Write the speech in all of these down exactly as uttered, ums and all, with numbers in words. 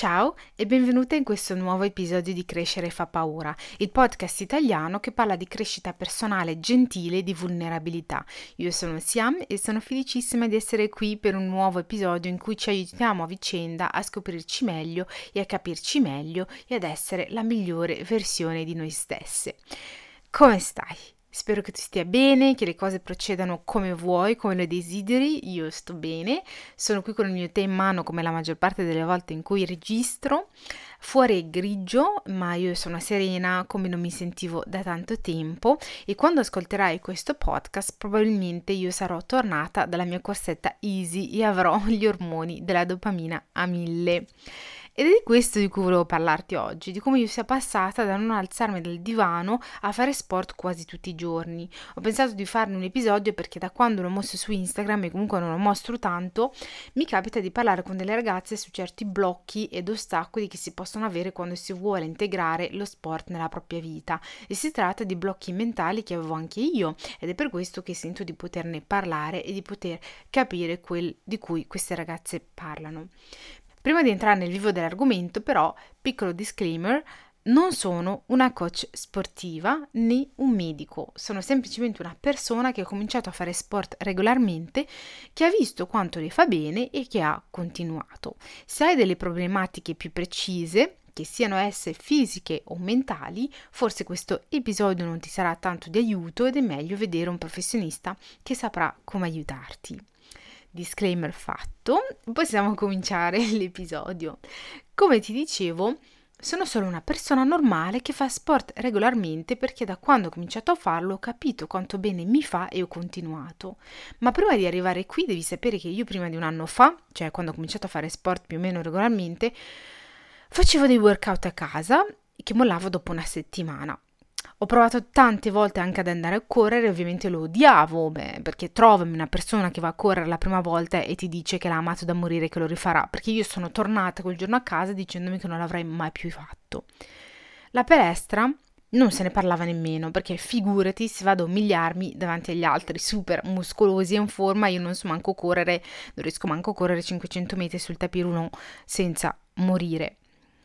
Ciao e benvenuta in questo nuovo episodio di Crescere fa paura, il podcast italiano che parla di crescita personale gentile e di vulnerabilità. Io sono Siam e sono felicissima di essere qui per un nuovo episodio in cui ci aiutiamo a vicenda a scoprirci meglio e a capirci meglio e ad essere la migliore versione di noi stesse. Come stai? Spero che tu stia bene, che le cose procedano come vuoi, come le desideri. Io sto bene, sono qui con il mio tè in mano come la maggior parte delle volte in cui registro. Fuori è grigio, ma io sono serena come non mi sentivo da tanto tempo e quando ascolterai questo podcast probabilmente io sarò tornata dalla mia corsetta easy e avrò gli ormoni della dopamina a mille. Ed è di questo di cui volevo parlarti oggi, di come io sia passata da non alzarmi dal divano a fare sport quasi tutti i giorni. Ho pensato di farne un episodio perché da quando l'ho mosso su Instagram, e comunque non lo mostro tanto, mi capita di parlare con delle ragazze su certi blocchi ed ostacoli che si possono avere quando si vuole integrare lo sport nella propria vita. E si tratta di blocchi mentali che avevo anche io ed è per questo che sento di poterne parlare e di poter capire quel di cui queste ragazze parlano. Prima di entrare nel vivo dell'argomento, però, piccolo disclaimer, non sono una coach sportiva né un medico, sono semplicemente una persona che ha cominciato a fare sport regolarmente, che ha visto quanto le fa bene e che ha continuato. Se hai delle problematiche più precise, che siano esse fisiche o mentali, forse questo episodio non ti sarà tanto di aiuto ed è meglio vedere un professionista che saprà come aiutarti. Disclaimer fatto, possiamo cominciare l'episodio. Come ti dicevo, sono solo una persona normale che fa sport regolarmente perché da quando ho cominciato a farlo ho capito quanto bene mi fa e ho continuato. Ma prima di arrivare qui devi sapere che io prima di un anno fa, cioè quando ho cominciato a fare sport più o meno regolarmente, facevo dei workout a casa che mollavo dopo una settimana. Ho provato tante volte anche ad andare a correre, ovviamente lo odiavo, beh, perché trovami una persona che va a correre la prima volta e ti dice che l'ha amato da morire e che lo rifarà, perché io sono tornata quel giorno a casa dicendomi che non l'avrei mai più fatto. La palestra non se ne parlava nemmeno, perché figurati se vado a umiliarmi davanti agli altri super muscolosi e in forma, io non so manco correre, non riesco manco a correre cinquecento metri sul tapis roulant senza morire.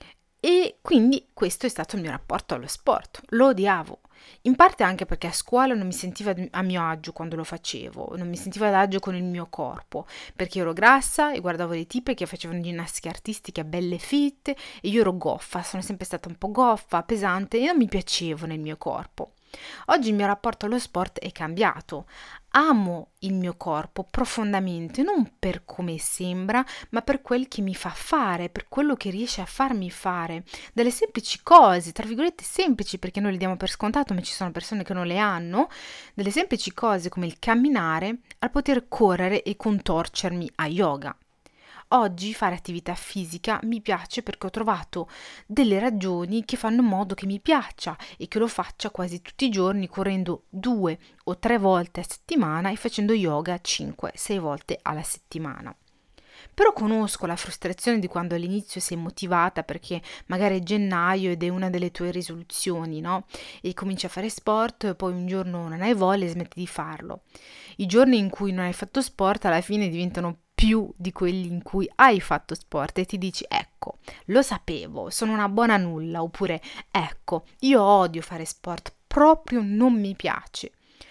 E quindi questo è stato il mio rapporto allo sport, lo odiavo, in parte anche perché a scuola non mi sentivo a mio agio quando lo facevo, non mi sentivo ad agio con il mio corpo, perché ero grassa e guardavo le tipe che facevano ginnastica artistica belle fit e io ero goffa, sono sempre stata un po' goffa, pesante e non mi piacevo nel mio corpo. Oggi il mio rapporto allo sport è cambiato. Amo il mio corpo profondamente, non per come sembra, ma per quel che mi fa fare, per quello che riesce a farmi fare. Delle semplici cose, tra virgolette semplici perché noi le diamo per scontato, ma ci sono persone che non le hanno, delle semplici cose come il camminare, al poter correre e contorcermi a yoga. Oggi fare attività fisica mi piace perché ho trovato delle ragioni che fanno in modo che mi piaccia e che lo faccia quasi tutti i giorni correndo due o tre volte a settimana e facendo yoga cinque sei volte alla settimana. Però conosco la frustrazione di quando all'inizio sei motivata perché magari è gennaio ed è una delle tue risoluzioni, no? E cominci a fare sport e poi un giorno non hai voglia e smetti di farlo. I giorni in cui non hai fatto sport alla fine diventano più di quelli in cui hai fatto sport e ti dici ecco, lo sapevo, sono una buona nulla, oppure ecco, io odio fare sport, proprio non mi piace.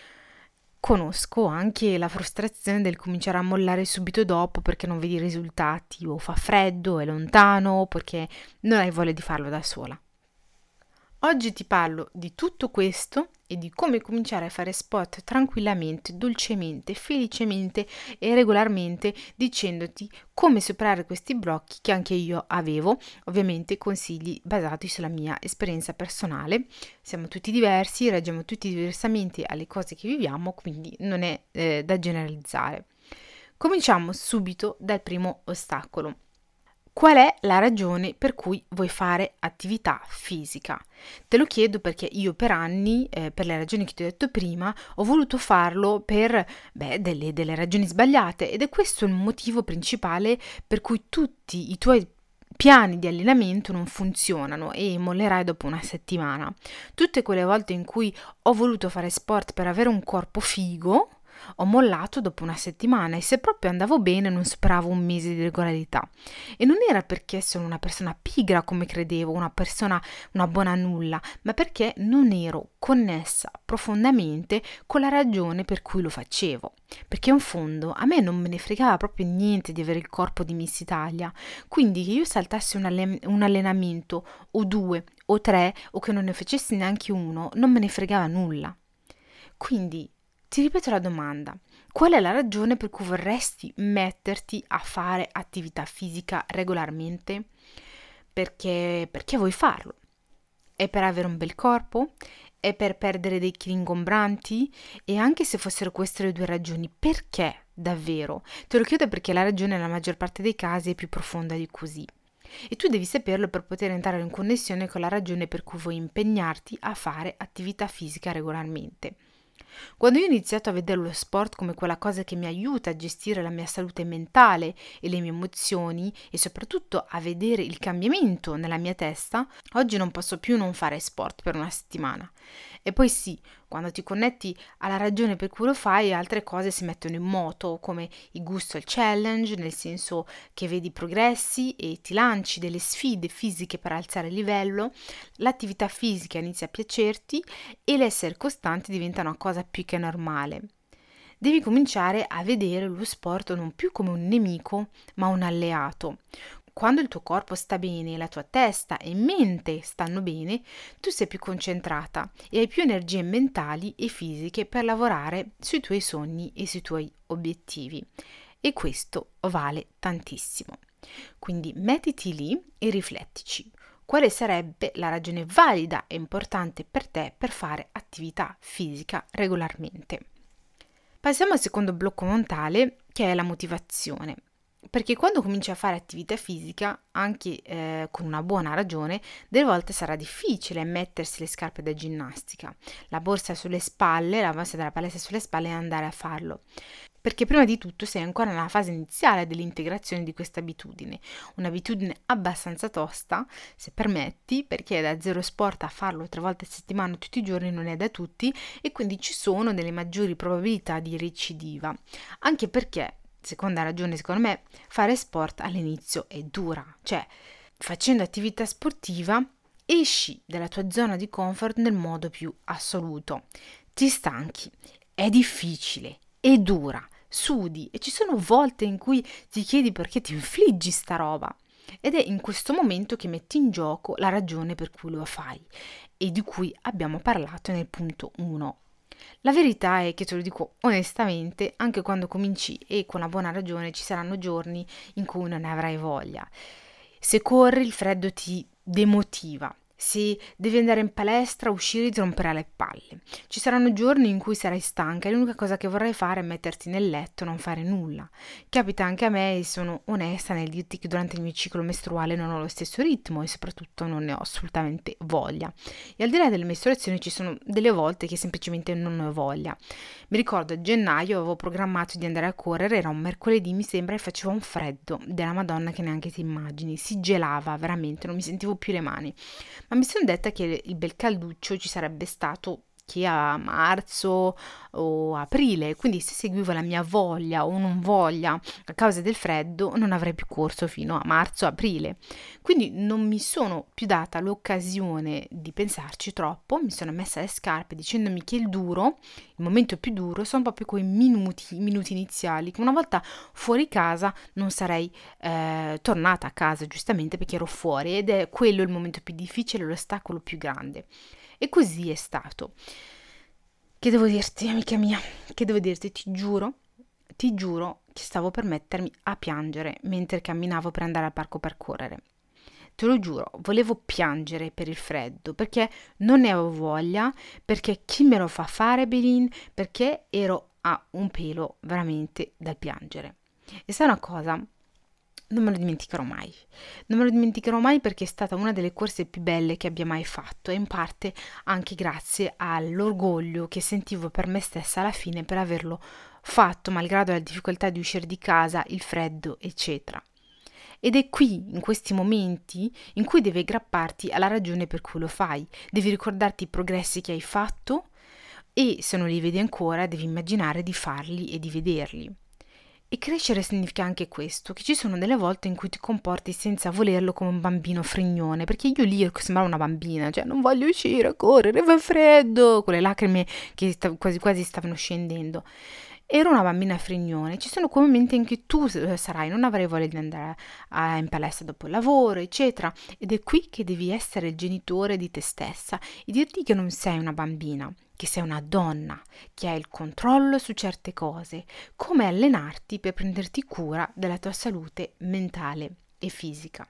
Conosco anche la frustrazione del cominciare a mollare subito dopo perché non vedi i risultati o fa freddo, è lontano o perché non hai voglia di farlo da sola. Oggi ti parlo di tutto questo e di come cominciare a fare sport tranquillamente, dolcemente, felicemente e regolarmente, dicendoti come superare questi blocchi che anche io avevo, ovviamente consigli basati sulla mia esperienza personale. Siamo tutti diversi, reagiamo tutti diversamente alle cose che viviamo, quindi non è eh, da generalizzare. Cominciamo subito dal primo ostacolo. Qual è la ragione per cui vuoi fare attività fisica? Te lo chiedo perché io per anni, eh, per le ragioni che ti ho detto prima, ho voluto farlo per beh, delle, delle ragioni sbagliate ed è questo il motivo principale per cui tutti i tuoi piani di allenamento non funzionano e mollerai dopo una settimana. Tutte quelle volte in cui ho voluto fare sport per avere un corpo figo, Ho mollato dopo una settimana e se proprio andavo bene non superavo un mese di regolarità. E non era perché sono una persona pigra come credevo, una persona, una buona a nulla, ma perché non ero connessa profondamente con la ragione per cui lo facevo. Perché in fondo a me non me ne fregava proprio niente di avere il corpo di Miss Italia, quindi che io saltassi un, alle- un allenamento o due o tre o che non ne facessi neanche uno, non me ne fregava nulla. Quindi ti ripeto la domanda: qual è la ragione per cui vorresti metterti a fare attività fisica regolarmente? Perché, perché vuoi farlo? È per avere un bel corpo? È per perdere dei chili ingombranti? E anche se fossero queste le due ragioni, perché davvero? Te lo chiedo perché la ragione nella maggior parte dei casi è più profonda di così. E tu devi saperlo per poter entrare in connessione con la ragione per cui vuoi impegnarti a fare attività fisica regolarmente. Quando io ho iniziato a vedere lo sport come quella cosa che mi aiuta a gestire la mia salute mentale e le mie emozioni e soprattutto a vedere il cambiamento nella mia testa, oggi non posso più non fare sport per una settimana. E poi sì, quando ti connetti alla ragione per cui lo fai, altre cose si mettono in moto, come il gusto al challenge, nel senso che vedi progressi e ti lanci delle sfide fisiche per alzare il livello, l'attività fisica inizia a piacerti e l'essere costante diventa una cosa più che normale. Devi cominciare a vedere lo sport non più come un nemico, ma un alleato. Quando il tuo corpo sta bene, la tua testa e mente stanno bene, tu sei più concentrata e hai più energie mentali e fisiche per lavorare sui tuoi sogni e sui tuoi obiettivi. E questo vale tantissimo. Quindi mettiti lì e riflettici. Quale sarebbe la ragione valida e importante per te per fare attività fisica regolarmente? Passiamo al secondo blocco mentale, che è la motivazione. Perché quando cominci a fare attività fisica, anche eh, con una buona ragione, delle volte sarà difficile mettersi le scarpe da ginnastica, la borsa sulle spalle, la borsa della palestra sulle spalle e andare a farlo. Perché prima di tutto sei ancora nella fase iniziale dell'integrazione di questa abitudine, un'abitudine abbastanza tosta, se permetti, perché da zero sport a farlo tre volte a settimana tutti i giorni non è da tutti e quindi ci sono delle maggiori probabilità di recidiva, anche perché seconda ragione, secondo me, fare sport all'inizio è dura, cioè facendo attività sportiva esci dalla tua zona di comfort nel modo più assoluto. Ti stanchi, è difficile, è dura, sudi e ci sono volte in cui ti chiedi perché ti infliggi sta roba. Ed è in questo momento che metti in gioco la ragione per cui lo fai e di cui abbiamo parlato nel punto uno. La verità è che te lo dico onestamente, anche quando cominci e con una buona ragione ci saranno giorni in cui non ne avrai voglia. Se corri il freddo ti demotiva, se devi andare in palestra, uscire ti romperà le palle. Ci saranno giorni in cui sarai stanca e l'unica cosa che vorrai fare è metterti nel letto e non fare nulla. Capita anche a me e sono onesta nel dirti che durante il mio ciclo mestruale non ho lo stesso ritmo e soprattutto non ne ho assolutamente voglia. E al di là delle mestruazioni ci sono delle volte che semplicemente non ne ho voglia. Mi ricordo a gennaio avevo programmato di andare a correre, era un mercoledì mi sembra e faceva un freddo della Madonna che neanche ti immagini, si gelava veramente, non mi sentivo più le mani. Ma mi sono detta che il bel calduccio ci sarebbe stato che a marzo o aprile, quindi se seguivo la mia voglia o non voglia a causa del freddo non avrei più corso fino a marzo-aprile. Quindi non mi sono più data l'occasione di pensarci troppo, mi sono messa le scarpe dicendomi che il duro, il momento più duro, sono proprio quei minuti, minuti iniziali, che una volta fuori casa non sarei eh, tornata a casa giustamente perché ero fuori ed è quello il momento più difficile, l'ostacolo più grande. E così è stato. Che devo dirti, amica mia? Che devo dirti? Ti giuro, ti giuro che stavo per mettermi a piangere mentre camminavo per andare al parco per correre. Te lo giuro, volevo piangere per il freddo, perché non ne avevo voglia, perché chi me lo fa fare, Belin? Perché ero a un pelo veramente da piangere. E sai una cosa? Non me lo dimenticherò mai. Non me lo dimenticherò mai perché è stata una delle corse più belle che abbia mai fatto e in parte anche grazie all'orgoglio che sentivo per me stessa alla fine per averlo fatto, malgrado la difficoltà di uscire di casa, il freddo, eccetera. Ed è qui, in questi momenti, in cui devi aggrapparti alla ragione per cui lo fai. Devi ricordarti i progressi che hai fatto e se non li vedi ancora devi immaginare di farli e di vederli. E crescere significa anche questo, che ci sono delle volte in cui ti comporti senza volerlo come un bambino frignone, perché io lì sembravo una bambina, cioè non voglio uscire, correre, fa freddo, con le lacrime che sta- quasi quasi stavano scendendo. Ero una bambina frignone, ci sono quei momenti in cui tu sarai, non avrai voglia di andare a- in palestra dopo il lavoro, eccetera, ed è qui che devi essere il genitore di te stessa e dirti che non sei una bambina, che sei una donna, che hai il controllo su certe cose, come allenarti per prenderti cura della tua salute mentale e fisica.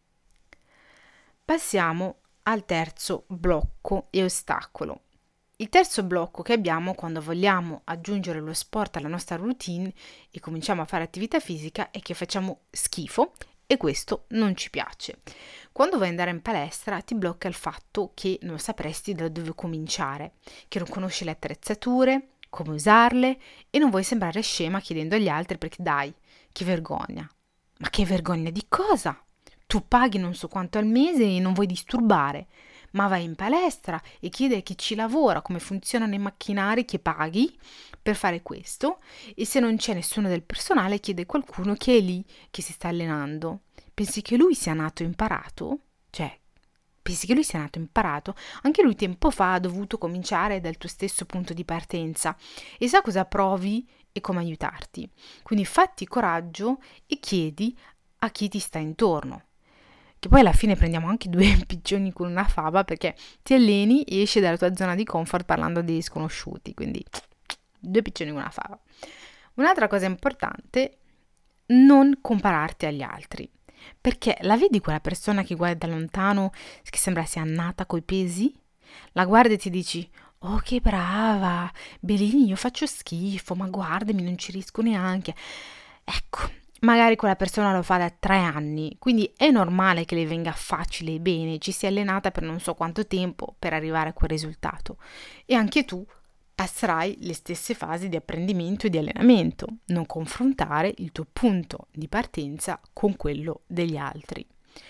Passiamo al terzo blocco e ostacolo. Il terzo blocco che abbiamo quando vogliamo aggiungere lo sport alla nostra routine e cominciamo a fare attività fisica è che facciamo schifo e questo non ci piace. Quando vuoi andare in palestra ti blocca il fatto che non sapresti da dove cominciare, che non conosci le attrezzature, come usarle e non vuoi sembrare scema chiedendo agli altri perché dai, che vergogna. Ma che vergogna di cosa? Tu paghi non so quanto al mese e non vuoi disturbare, ma vai in palestra e chiedi a chi ci lavora come funzionano i macchinari che paghi per fare questo e se non c'è nessuno del personale chiede qualcuno che è lì che si sta allenando. Pensi che lui sia nato imparato? Cioè, pensi che lui sia nato imparato? Anche lui tempo fa ha dovuto cominciare dal tuo stesso punto di partenza e sa cosa provi e come aiutarti. Quindi fatti coraggio e chiedi a chi ti sta intorno. Che poi alla fine prendiamo anche due piccioni con una fava perché ti alleni e esci dalla tua zona di comfort parlando degli sconosciuti, quindi due piccioni con una fava. Un'altra cosa importante, non compararti agli altri, perché la vedi quella persona che guarda da lontano che sembra sia annata coi pesi? La guardi e ti dici, oh che brava, Belini, io faccio schifo, ma guardami, non ci riesco neanche. Ecco, magari quella persona lo fa da tre anni, quindi è normale che le venga facile e bene, ci sia allenata per non so quanto tempo per arrivare a quel risultato. E anche tu passerai le stesse fasi di apprendimento e di allenamento, non confrontare il tuo punto di partenza con quello degli altri.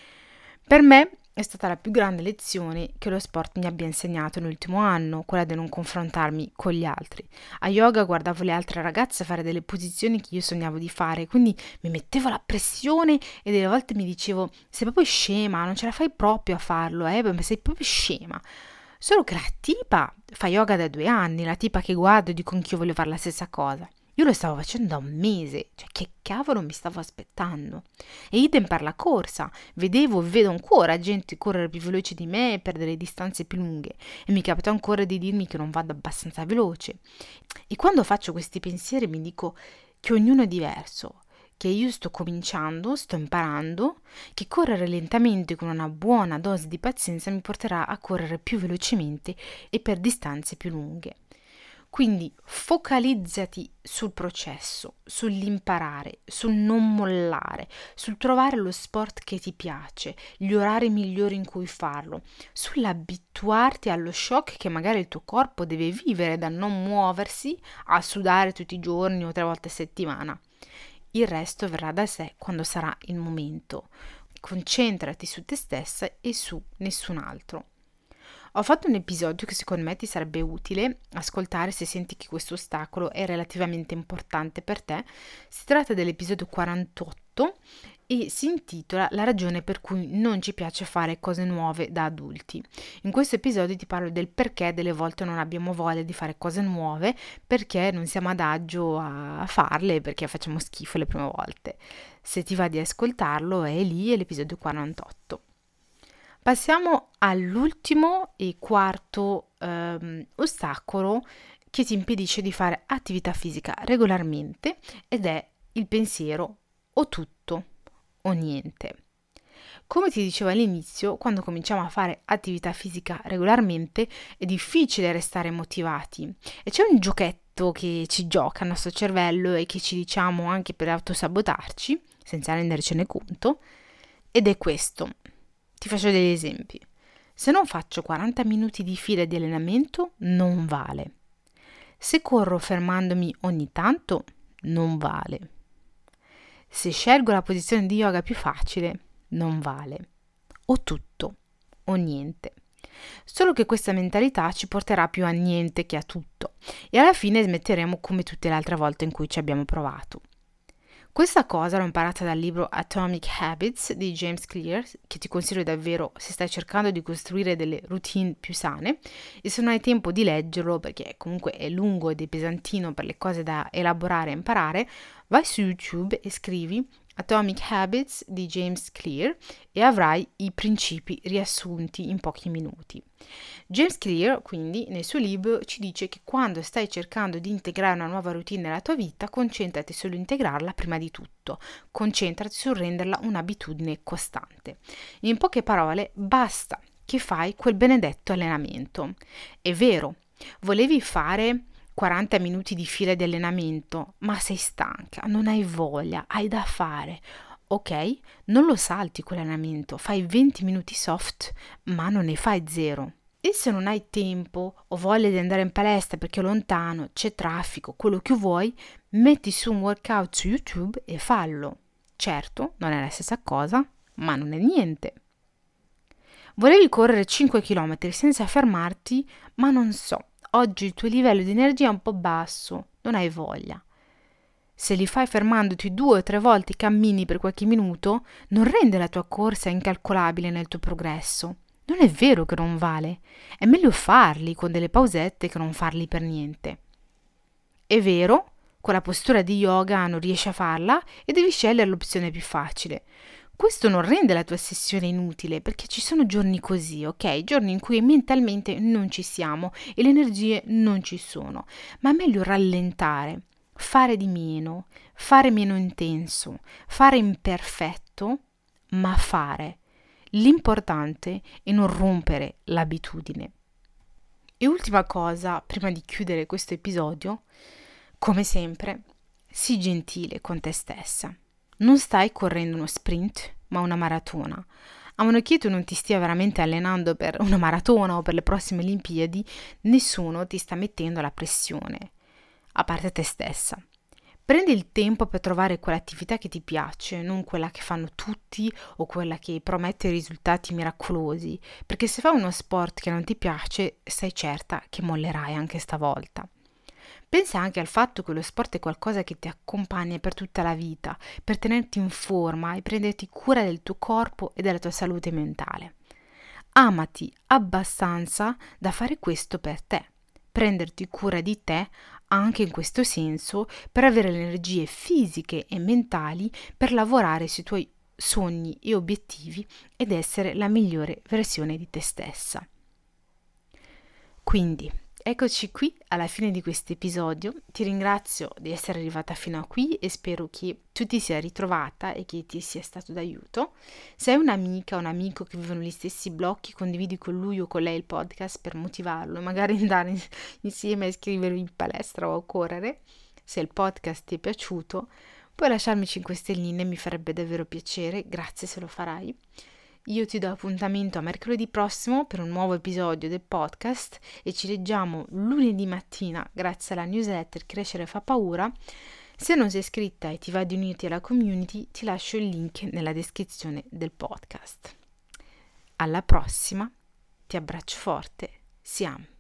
Per me è stata la più grande lezione che lo sport mi abbia insegnato nell'ultimo anno, quella di non confrontarmi con gli altri. A yoga guardavo le altre ragazze fare delle posizioni che io sognavo di fare, quindi mi mettevo la pressione e delle volte mi dicevo, sei proprio scema, non ce la fai proprio a farlo, eh, ma sei proprio scema. Solo che la tipa fa yoga da due anni, la tipa che guardo e dico anch'io voglio fare la stessa cosa. Io lo stavo facendo da un mese, cioè che cavolo mi stavo aspettando? E idem per la corsa, vedevo e vedo ancora gente correre più veloce di me e perdere distanze più lunghe e mi capita ancora di dirmi che non vado abbastanza veloce. E quando faccio questi pensieri mi dico che ognuno è diverso, che io sto cominciando, sto imparando, che correre lentamente con una buona dose di pazienza mi porterà a correre più velocemente e per distanze più lunghe. Quindi focalizzati sul processo, sull'imparare, sul non mollare, sul trovare lo sport che ti piace, gli orari migliori in cui farlo, sull'abituarti allo shock che magari il tuo corpo deve vivere da non muoversi a sudare tutti i giorni o tre volte a settimana. Il resto verrà da sé quando sarà il momento. Concentrati su te stessa e su nessun altro. Ho fatto un episodio che secondo me ti sarebbe utile ascoltare se senti che questo ostacolo è relativamente importante per te. Si tratta dell'episodio quarantotto e si intitola La ragione per cui non ci piace fare cose nuove da adulti. In questo episodio ti parlo del perché delle volte non abbiamo voglia di fare cose nuove, perché non siamo ad agio a farle, perché facciamo schifo le prime volte. Se ti va di ascoltarlo è lì, è l'episodio quarantotto. Passiamo all'ultimo e quarto ehm, ostacolo che ti impedisce di fare attività fisica regolarmente ed è il pensiero o tutto o niente. Come ti dicevo all'inizio, quando cominciamo a fare attività fisica regolarmente è difficile restare motivati e c'è un giochetto che ci gioca il nostro cervello e che ci diciamo anche per autosabotarci senza rendercene conto ed è questo. Ti faccio degli esempi. Se non faccio quaranta minuti di fila di allenamento, non vale. Se corro fermandomi ogni tanto, non vale. Se scelgo la posizione di yoga più facile, non vale. O tutto o niente. Solo che questa mentalità ci porterà più a niente che a tutto e alla fine smetteremo come tutte le altre volte in cui ci abbiamo provato. Questa cosa l'ho imparata dal libro Atomic Habits di James Clear, che ti consiglio davvero se stai cercando di costruire delle routine più sane, e se non hai tempo di leggerlo perché comunque è lungo ed è pesantino per le cose da elaborare e imparare, vai su YouTube e scrivi Atomic Habits di James Clear e avrai i principi riassunti in pochi minuti. James Clear, quindi, nel suo libro ci dice che quando stai cercando di integrare una nuova routine nella tua vita, concentrati sull'integrarla prima di tutto, concentrati sul renderla un'abitudine costante. In poche parole, basta che fai quel benedetto allenamento. È vero, volevi fare quaranta minuti di fila di allenamento, ma sei stanca, non hai voglia, hai da fare. Ok, non lo salti quell'allenamento, fai venti minuti soft, ma non ne fai zero. E se non hai tempo o voglia di andare in palestra perché è lontano, c'è traffico, quello che vuoi, metti su un workout su YouTube e fallo. Certo, non è la stessa cosa, ma non è niente. Volevi correre cinque chilometri senza fermarti, ma non so, oggi il tuo livello di energia è un po' basso, non hai voglia. Se li fai fermandoti due o tre volte cammini per qualche minuto, non rende la tua corsa incalcolabile nel tuo progresso. Non è vero che non vale. È meglio farli con delle pausette che non farli per niente. È vero, con la postura di yoga non riesci a farla e devi scegliere l'opzione più facile. Questo non rende la tua sessione inutile perché ci sono giorni così, ok? Giorni in cui mentalmente non ci siamo e le energie non ci sono. Ma è meglio rallentare, fare di meno, fare meno intenso, fare imperfetto, ma fare. L'importante è non rompere l'abitudine. E ultima cosa, prima di chiudere questo episodio, come sempre, sii gentile con te stessa. Non stai correndo uno sprint, ma una maratona. A meno che tu non ti stia veramente allenando per una maratona o per le prossime Olimpiadi, nessuno ti sta mettendo la pressione, a parte te stessa. Prendi il tempo per trovare quell'attività che ti piace, non quella che fanno tutti o quella che promette risultati miracolosi, perché se fai uno sport che non ti piace, sei certa che mollerai anche stavolta. Pensa anche al fatto che lo sport è qualcosa che ti accompagna per tutta la vita, per tenerti in forma e prenderti cura del tuo corpo e della tua salute mentale. Amati abbastanza da fare questo per te, prenderti cura di te anche in questo senso per avere le energie fisiche e mentali per lavorare sui tuoi sogni e obiettivi ed essere la migliore versione di te stessa. Quindi, eccoci qui alla fine di questo episodio. Ti ringrazio di essere arrivata fino a qui e spero che tu ti sia ritrovata e che ti sia stato d'aiuto. Se hai un'amica o un amico che vivono gli stessi blocchi, condividi con lui o con lei il podcast per motivarlo e magari andare insieme a iscrivervi in palestra o a correre. Se il podcast ti è piaciuto, puoi lasciarmi cinque stelline, mi farebbe davvero piacere, grazie se lo farai. Io ti do appuntamento a mercoledì prossimo per un nuovo episodio del podcast e ci leggiamo lunedì mattina grazie alla newsletter Crescere fa paura. Se non sei iscritta e ti va di unirti alla community, ti lascio il link nella descrizione del podcast. Alla prossima, ti abbraccio forte, Siam.